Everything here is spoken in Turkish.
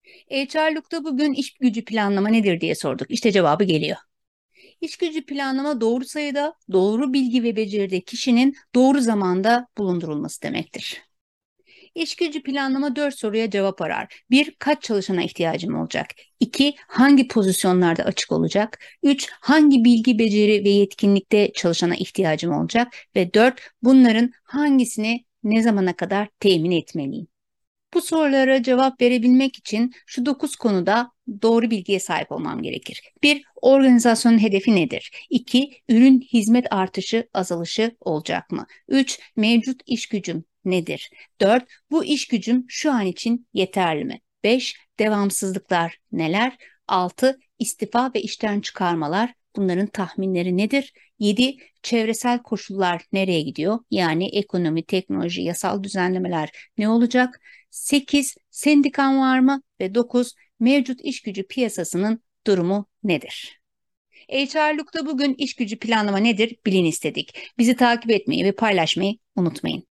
HR'lukta bugün iş gücü planlama nedir diye sorduk. İşte cevabı geliyor. İş gücü planlama doğru sayıda, doğru bilgi ve beceride kişinin doğru zamanda bulundurulması demektir. İş gücü planlama 4 soruya cevap arar. Bir, kaç çalışana ihtiyacım olacak? 2, hangi pozisyonlarda açık olacak? 3, hangi bilgi, beceri ve yetkinlikte çalışana ihtiyacım olacak? Ve 4, bunların hangisini ne zamana kadar temin etmeliyim? Bu sorulara cevap verebilmek için şu 9 konuda doğru bilgiye sahip olmam gerekir. Bir, organizasyonun hedefi nedir? 2, ürün hizmet artışı azalışı olacak mı? 3, mevcut iş gücüm nedir? 4, bu iş gücüm şu an için yeterli mi? 5, devamsızlıklar neler? 6, istifa ve işten çıkarmalar. Bunların tahminleri nedir? 7, çevresel koşullar nereye gidiyor? Yani ekonomi, teknoloji, yasal düzenlemeler ne olacak? 8, sendikan var mı? Ve 9, mevcut iş gücü piyasasının durumu nedir? HR'lukta bugün iş gücü planlama nedir bilin istedik. Bizi takip etmeyi ve paylaşmayı unutmayın.